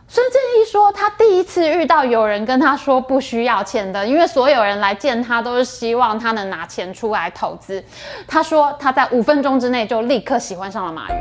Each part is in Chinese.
孙正义说，他第一次遇到有人跟他说不需要钱的，因为所有人来见他都是希望他能拿钱出来投资。他说他在5分钟之内就立刻喜欢上了马云。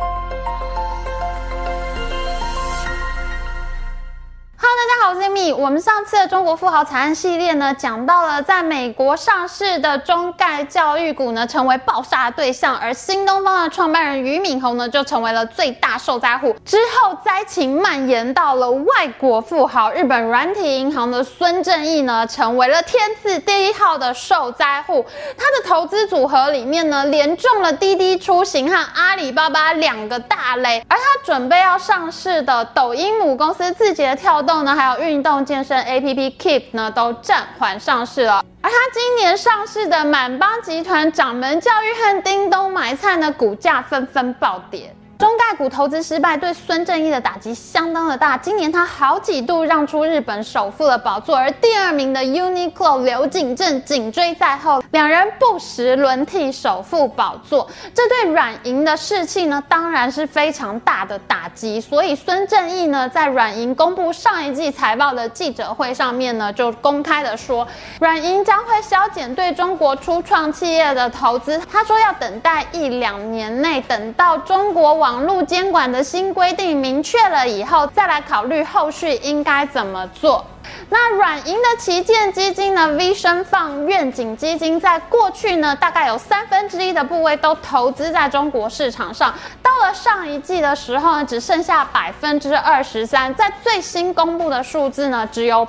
大家好，我是 Amy。我们上次的中国富豪惨案系列呢，讲到了在美国上市的中概教育股呢，成为爆杀的对象，而新东方的创办人俞敏洪呢，就成为了最大受灾户。之后灾情蔓延到了外国富豪，日本软体银行的孙正义呢，成为了天字第1号的受灾户。他的投资组合里面呢，连中了滴滴出行和阿里巴巴2个大雷，而他准备要上市的抖音母公司字节跳动呢，还有运动健身 APP Keep 呢，都暂缓上市了。而他今年上市的满帮集团、掌门教育和叮咚买菜呢，股价纷纷暴跌。中概股投资失败对孙正义的打击相当的大，今年他好几度让出日本首富的宝座，而第2名的 Uniqlo 刘景正紧追在后，两人不时轮替首富宝座，这对软银的士气呢，当然是非常大的打击。所以孙正义呢，在软银公布上一季财报的记者会上面呢，就公开的说，软银将会削减对中国初创企业的投资。他说要等待1-2年内，等到中国网络监管的新规定明确了以后，再来考虑后续应该怎么做。那软银的旗舰基金呢 Vision Fund 愿景基金在过去呢，大概有1/3的部位都投资在中国市场上，到了上一季的时候呢，只剩下23%，在最新公布的数字呢，只有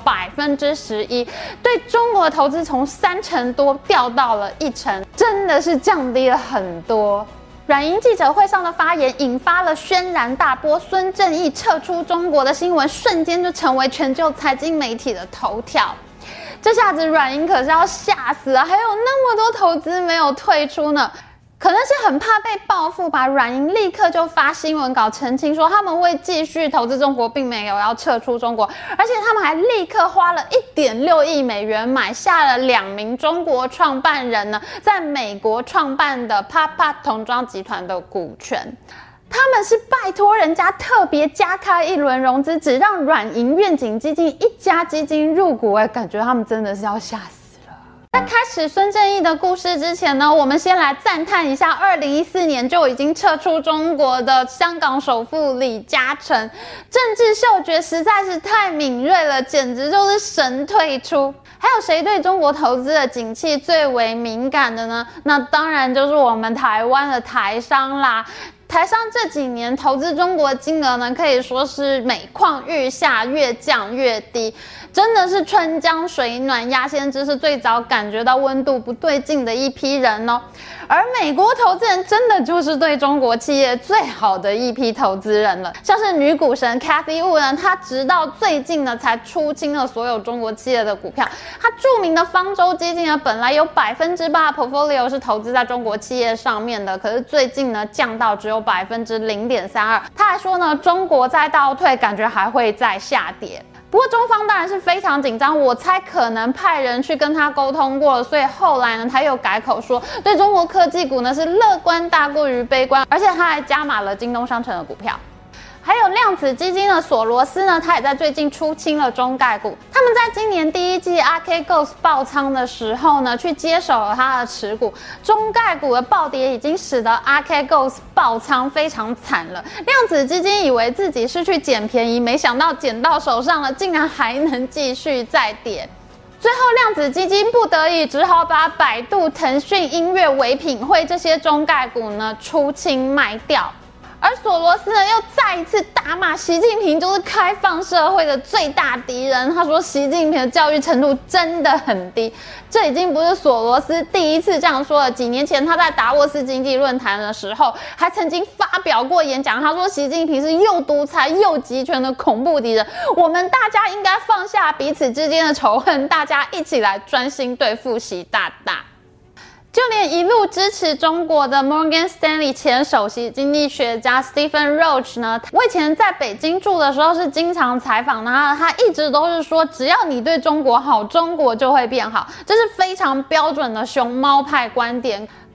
11%，对中国的投资从30%多掉到了1%，真的是降低了很多。软银记者会上的发言引发了轩然大波，孙正义撤出中国的新闻瞬间就成为全球财经媒体的头条。这下子软银可是要吓死了，还有那么多投资没有退出呢。可能是很怕被报复吧，软银立刻就发新闻稿澄清说，他们会继续投资中国，并没有要撤出中国，而且他们还立刻花了1.6亿美元买下了2名中国创办人呢，在美国创办的 Papa 童装集团的股权。他们是拜托人家特别加开1轮融资，只让软银愿景基金1家基金入股，感觉他们真的是要吓死。在开始孙正义的故事之前呢，我们先来赞叹一下2014年就已经撤出中国的香港首富李嘉诚，政治嗅觉实在是太敏锐了，简直就是神退出。还有谁对中国投资的景气最为敏感的呢？那当然就是我们台湾的台商啦。台商这几年投资中国的金额呢，可以说是每况愈下，越降越低，真的是春江水暖鸭先知，是最早感觉到温度不对劲的一批人哦。而美国投资人真的就是对中国企业最好的一批投资人了，像是女股神 Cathy Wood 呢，她直到最近呢才出清了所有中国企业的股票。她著名的方舟基金呢，本来有8%的 portfolio 是投资在中国企业上面的，可是最近呢降到只有0.32%。他还说呢，中国再倒退，感觉还会再下跌。不过中方当然是非常紧张，我猜可能派人去跟他沟通过了，所以后来呢，他又改口说对中国科技股呢是乐观大过于悲观，而且他还加码了京东商城的股票。还有量子基金的索罗斯呢，他也在最近出清了中概股。他们在今年第1季 Archegos 爆仓的时候呢，去接手了他的持股。中概股的暴跌已经使得 Archegos 爆仓非常惨了。量子基金以为自己是去捡便宜，没想到捡到手上了，竟然还能继续再跌。最后量子基金不得已只好把百度、腾讯音乐、唯品会这些中概股呢出清卖掉。而索罗斯呢，又再一次大骂习近平就是开放社会的最大敌人。他说习近平的教育程度真的很低，这已经不是索罗斯第一次这样说了。几年前他在达沃斯经济论坛的时候，还曾经发表过演讲，他说习近平是又独裁又集权的恐怖敌人。我们大家应该放下彼此之间的仇恨，大家一起来专心对付习大大。就连一路支持中国的 Morgan Stanley 前首席经济学家 Stephen Roach 呢，我以前在北京住的时候是经常采访他一直都是说，只要你对中国好，中国就会变好，这是非常标准的熊猫派观点。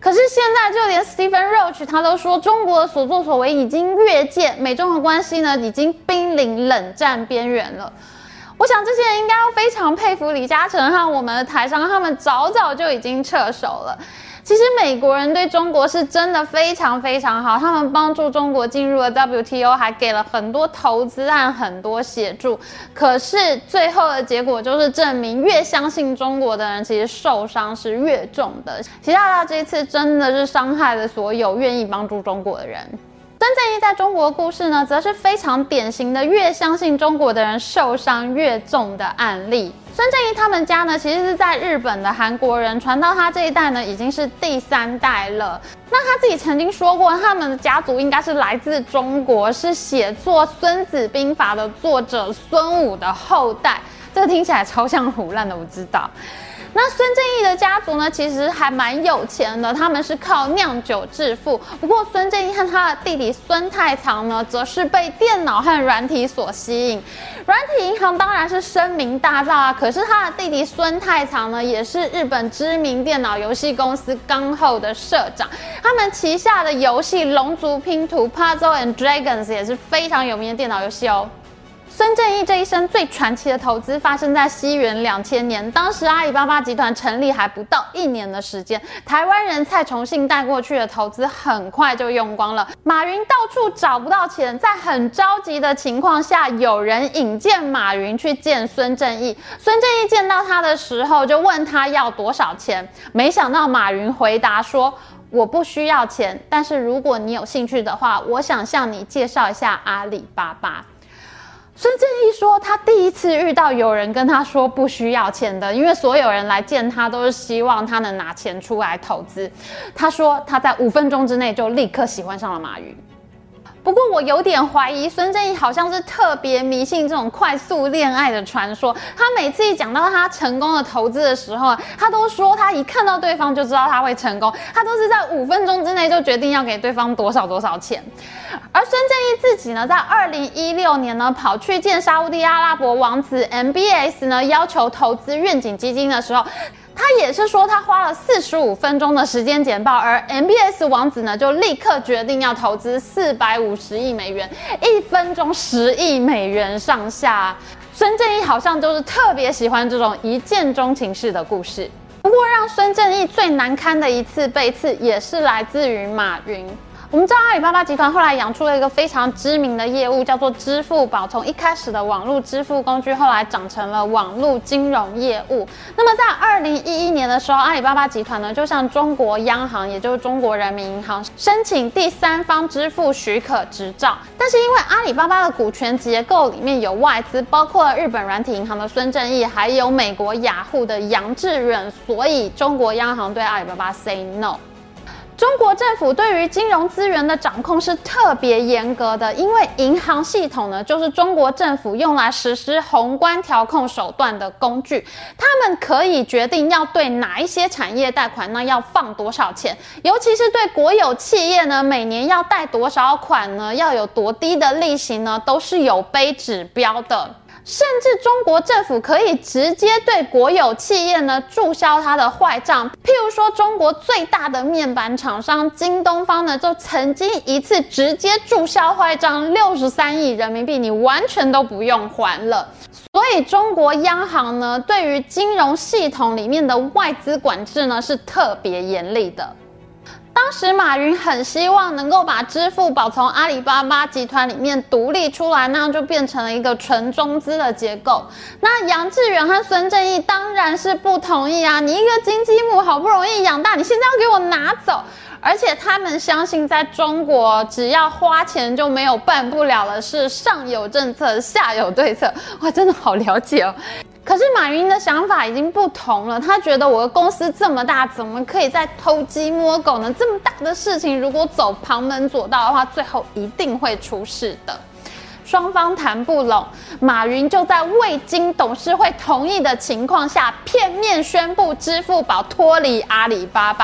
可是现在就连 Stephen Roach 他都说，中国的所作所为已经越界，美中的关系呢已经濒临冷战边缘了。我想这些人应该要非常佩服李嘉诚和我们的台商，他们早早就已经撤手了。其实美国人对中国是真的非常非常好，他们帮助中国进入了 WTO， 还给了很多投资和很多协助。可是最后的结果就是证明，越相信中国的人，其实受伤是越重的。习大大这一次真的是伤害了所有愿意帮助中国的人。孙正义在中国的故事呢，则是非常典型的越相信中国的人受伤越重的案例。孙正义他们家呢，其实是在日本的韩国人，传到他这一代呢，已经是第3代了。那他自己曾经说过，他们的家族应该是来自中国，是写作《孙子兵法》的作者孙武的后代。这个听起来超像唬烂的，我知道。那孙正义的家族呢，其实还蛮有钱的，他们是靠酿酒致富。不过孙正义和他的弟弟孙太藏呢，则是被电脑和软体所吸引。软体银行当然是声名大噪啊，可是他的弟弟孙太藏呢，也是日本知名电脑游戏公司刚后的社长。他们旗下的游戏《龙族拼图》Puzzle and Dragons 也是非常有名的电脑游戏哦。孙正义这一生最传奇的投资发生在西元2000年，当时阿里巴巴集团成立还不到1年的时间，台湾人蔡崇信带过去的投资很快就用光了。马云到处找不到钱，在很着急的情况下，有人引荐马云去见孙正义。孙正义见到他的时候，就问他要多少钱，没想到马云回答说：“我不需要钱，但是如果你有兴趣的话，我想向你介绍一下阿里巴巴。”孙正义说，他第一次遇到有人跟他说不需要钱的，因为所有人来见他都是希望他能拿钱出来投资。他说他在5分钟之内就立刻喜欢上了马云。不过我有点怀疑，孙正义好像是特别迷信这种快速恋爱的传说。他每次一讲到他成功的投资的时候，他都说他一看到对方就知道他会成功，他都是在5分钟之内就决定要给对方多少钱。而孙正义自己呢，在2016年呢，跑去见沙烏地阿拉伯王子 MBS 呢，要求投资愿景基金的时候，他也是说他花了45分钟的时间简报，而 MBS 王子呢就立刻决定要投资450亿美元，1分钟10亿美元上下。孙正义好像就是特别喜欢这种一见钟情式的故事。不过让孙正义最难堪的一次背刺，也是来自于马云。我们知道阿里巴巴集团后来养出了一个非常知名的业务，叫做支付宝。从一开始的网络支付工具，后来长成了网络金融业务。那么在2011年的时候，阿里巴巴集团呢，就向中国央行，也就是中国人民银行申请第三方支付许可执照。但是因为阿里巴巴的股权结构里面有外资，包括了日本软体银行的孙正义，还有美国雅虎的杨致远，所以中国央行对阿里巴巴 say no。中国政府对于金融资源的掌控是特别严格的，因为银行系统呢，就是中国政府用来实施宏观调控手段的工具。他们可以决定要对哪一些产业贷款，那要放多少钱，尤其是对国有企业呢，每年要贷多少款呢，要有多低的利息呢，都是有背指标的。甚至中国政府可以直接对国有企业呢注销它的坏账，譬如说中国最大的面板厂商京东方呢，就曾经一次直接注销坏账63亿人民币，你完全都不用还了。所以中国央行呢，对于金融系统里面的外资管制呢，是特别严厉的。当时马云很希望能够把支付宝从阿里巴巴集团里面独立出来，那样就变成了一个纯中资的结构。那杨致远和孙正义当然是不同意啊！你一个金鸡母好不容易养大，你现在要给我拿走。而且他们相信，在中国只要花钱就没有办不了的事，上有政策，下有对策。哇，真的好了解哦。可是马云的想法已经不同了，他觉得我的公司这么大，怎么可以再偷鸡摸狗呢？这么大的事情，如果走旁门左道的话，最后一定会出事的。双方谈不拢，马云就在未经董事会同意的情况下，片面宣布支付宝脱离阿里巴巴。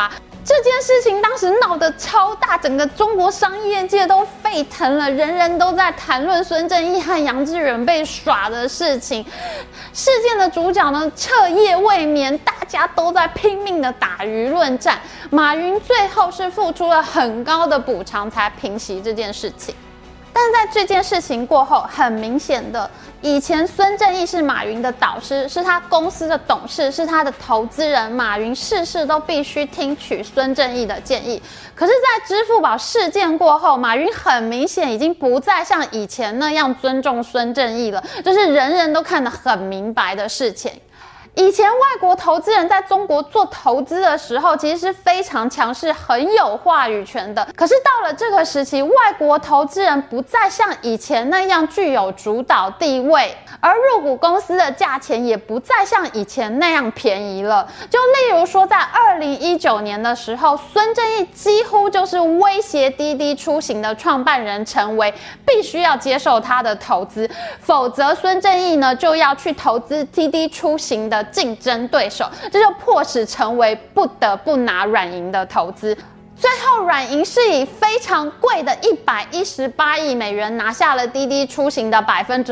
这件事情当时闹得超大，整个中国商业界都沸腾了，人人都在谈论孙正义和杨致远被耍的事情。事件的主角呢，彻夜未眠，大家都在拼命的打舆论战。马云最后是付出了很高的补偿才平息这件事情。但是在这件事情过后，很明显的，以前孙正义是马云的导师，是他公司的董事，是他的投资人，马云事事都必须听取孙正义的建议。可是在支付宝事件过后，马云很明显已经不再像以前那样尊重孙正义了，这是人人都看得很明白的事情。以前外国投资人在中国做投资的时候，其实是非常强势、很有话语权的。可是到了这个时期，外国投资人不再像以前那样具有主导地位，而入股公司的价钱也不再像以前那样便宜了。就例如说，在2019年的时候，孙正义几乎就是威胁滴滴出行的创办人陈维必须要接受他的投资，否则孙正义呢就要去投资滴滴出行的竞争对手，这就迫使陈维不得不拿软银的投资。最后软银是以非常贵的118亿美元拿下了滴滴出行的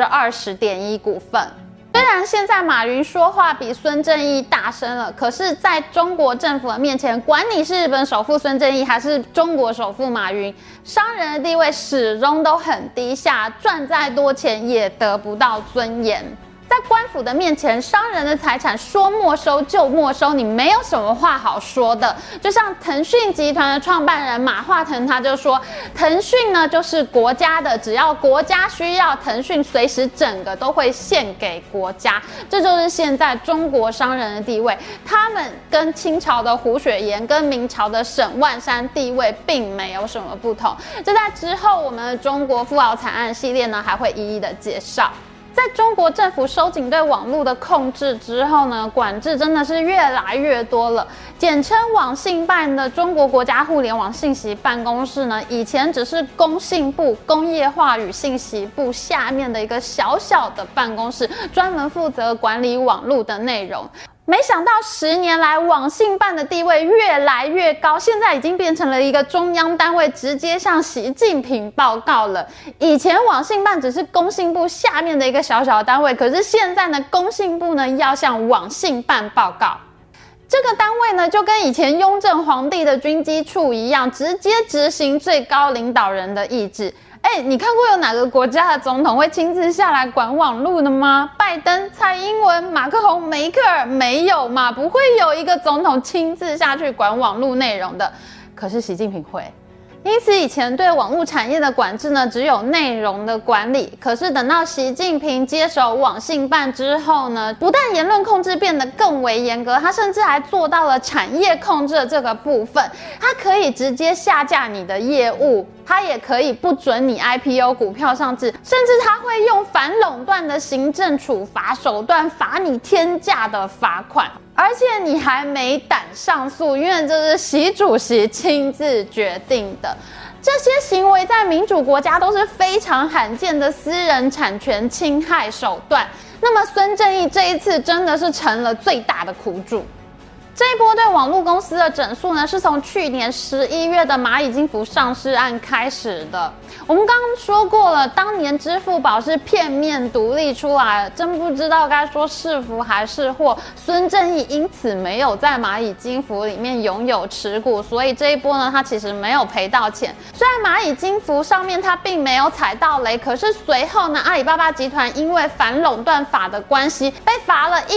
20.1%股份。虽然现在马云说话比孙正义大声了，可是在中国政府的面前，管你是日本首富孙正义还是中国首富马云，商人的地位始终都很低下，赚再多钱也得不到尊严。在官府的面前，商人的财产说没收就没收，你没有什么话好说的。就像腾讯集团的创办人马化腾，他就说，腾讯呢就是国家的，只要国家需要，腾讯随时整个都会献给国家。这就是现在中国商人的地位，他们跟清朝的胡雪岩跟明朝的沈万三地位并没有什么不同。这在之后我们的中国富豪惨案系列呢还会一一的介绍。在中国政府收紧对网络的控制之后呢，管制真的是越来越多了。简称网信办的中国国家互联网信息办公室呢，以前只是工信部工业化与信息部下面的一个小小的办公室，专门负责管理网络的内容。没想到10年来，网信办的地位越来越高，现在已经变成了一个中央单位，直接向习近平报告了。以前网信办只是工信部下面的一个小小的单位，可是现在呢，工信部呢要向网信办报告。这个单位呢，就跟以前雍正皇帝的军机处一样，直接执行最高领导人的意志。你看过有哪个国家的总统会亲自下来管网路的吗？拜登、蔡英文、马克宏、梅克尔没有嘛？不会有一个总统亲自下去管网路内容的。可是习近平会。因此以前对网络产业的管制呢，只有内容的管理。可是等到习近平接手网信办之后呢，不但言论控制变得更为严格，他甚至还做到了产业控制的这个部分。他可以直接下架你的业务，他也可以不准你 IPO 股票上市，甚至他会用反垄断的行政处罚手段罚你天价的罚款。而且你还没胆上诉，因为这是习主席亲自决定的。这些行为在民主国家都是非常罕见的私人产权侵害手段。那么孙正义这一次真的是成了最大的苦主。这一波对网络公司的整肃呢，是从去年11月的蚂蚁金服上市案开始的。我们刚刚说过了，当年支付宝是片面独立出来了，真不知道该说是福还是祸。孙正义因此没有在蚂蚁金服里面拥有持股，所以这一波呢，他其实没有赔到钱。虽然蚂蚁金服上面他并没有踩到雷，可是随后呢，阿里巴巴集团因为反垄断法的关系，被罚了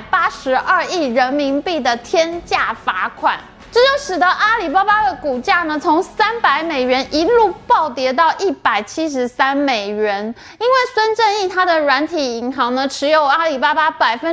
182亿人民币的天价罚款。这就使得阿里巴巴的股价呢，从300美元一路暴跌到173美元。因为孙正义他的软体银行呢，持有阿里巴巴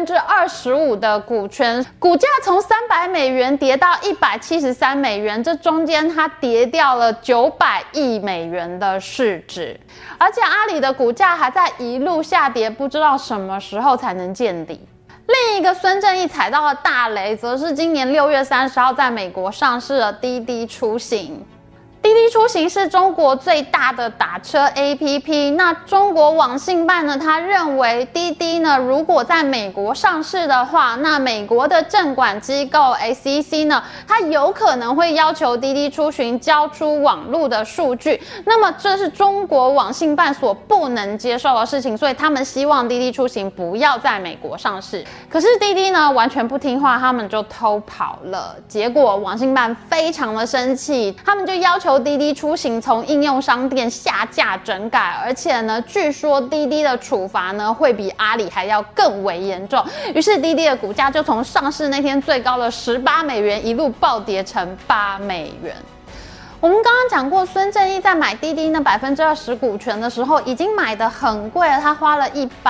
25%的股权，股价从300美元跌到173美元，这中间它跌掉了900亿美元的市值，而且阿里的股价还在一路下跌，不知道什么时候才能见底。另一个孙正义踩到的大雷，则是今年6月30号在美国上市的滴滴出行。 滴滴出行是中国最大的打车 APP。那中国网信办呢，他认为滴滴呢，如果在美国上市的话，那美国的证管机构 SEC 呢，它有可能会要求滴滴出行交出网络的数据。那么这是中国网信办所不能接受的事情，所以他们希望滴滴出行不要在美国上市。可是滴滴呢，完全不听话，他们就偷跑了。结果网信办非常的生气，他们就要求滴滴出行从应用商店下架整改，而且呢，据说滴滴的处罚呢会比阿里还要更为严重。于是滴滴的股价就从上市那天最高的$18一路暴跌成$8。我们刚刚讲过，孙正义在买滴滴那20%股权的时候，已经买得很贵了，他花了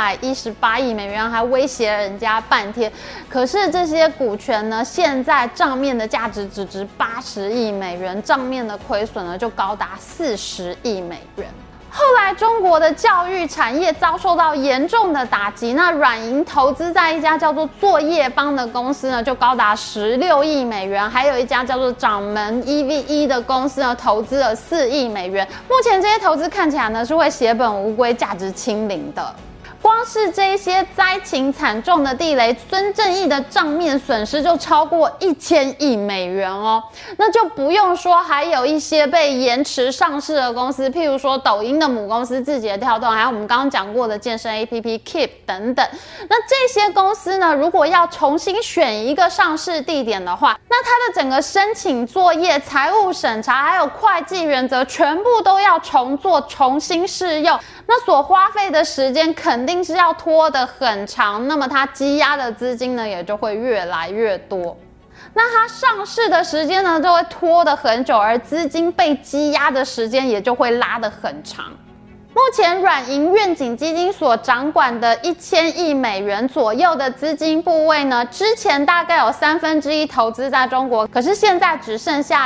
$118亿，还威胁人家半天。可是这些股权呢，现在账面的价值只值$80亿，账面的亏损呢就高达$40亿。后来中国的教育产业遭受到严重的打击，那软银投资在一家叫做作业帮的公司呢，就高达$16亿，还有一家叫做掌门 EVE 的公司呢，投资了$4亿。目前这些投资看起来呢是会血本无归，价值清零的。光是这些灾情惨重的地雷，孙正义的账面损失就超过$1000亿哦。那就不用说还有一些被延迟上市的公司，譬如说抖音的母公司字节跳动，还有我们刚刚讲过的健身 APP Keep 等等。那这些公司呢，如果要重新选一个上市地点的话，那它的整个申请作业、财务审查还有会计原则，全部都要重做、重新适用。那所花费的时间肯定是要拖得很长，那么它积压的资金呢，也就会越来越多。那它上市的时间呢，就会拖得很久，而资金被积压的时间也就会拉得很长。目前软银愿景基金所掌管的$1000亿左右的资金部位呢，之前大概有1/3投资在中国，可是现在只剩下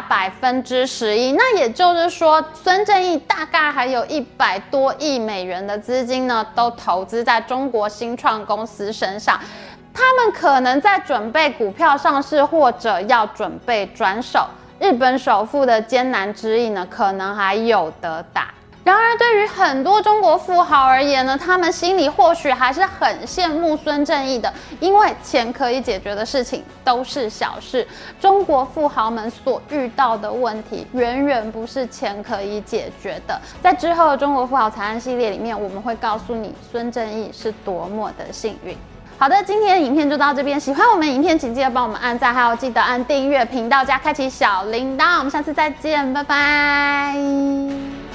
11%。那也就是说，孙正义大概还有$100多亿的资金呢，都投资在中国新创公司身上。他们可能在准备股票上市，或者要准备转手。日本首富的艰难之役呢，可能还有得打。然而，对于很多中国富豪而言呢，他们心里或许还是很羡慕孙正义的，因为钱可以解决的事情都是小事。中国富豪们所遇到的问题，远远不是钱可以解决的。在之后的中国富豪惨案系列里面，我们会告诉你孙正义是多么的幸运。好的，今天的影片就到这边。喜欢我们影片，请记得帮我们按赞，还有记得按订阅频道加开启小铃铛。我们下次再见，拜拜。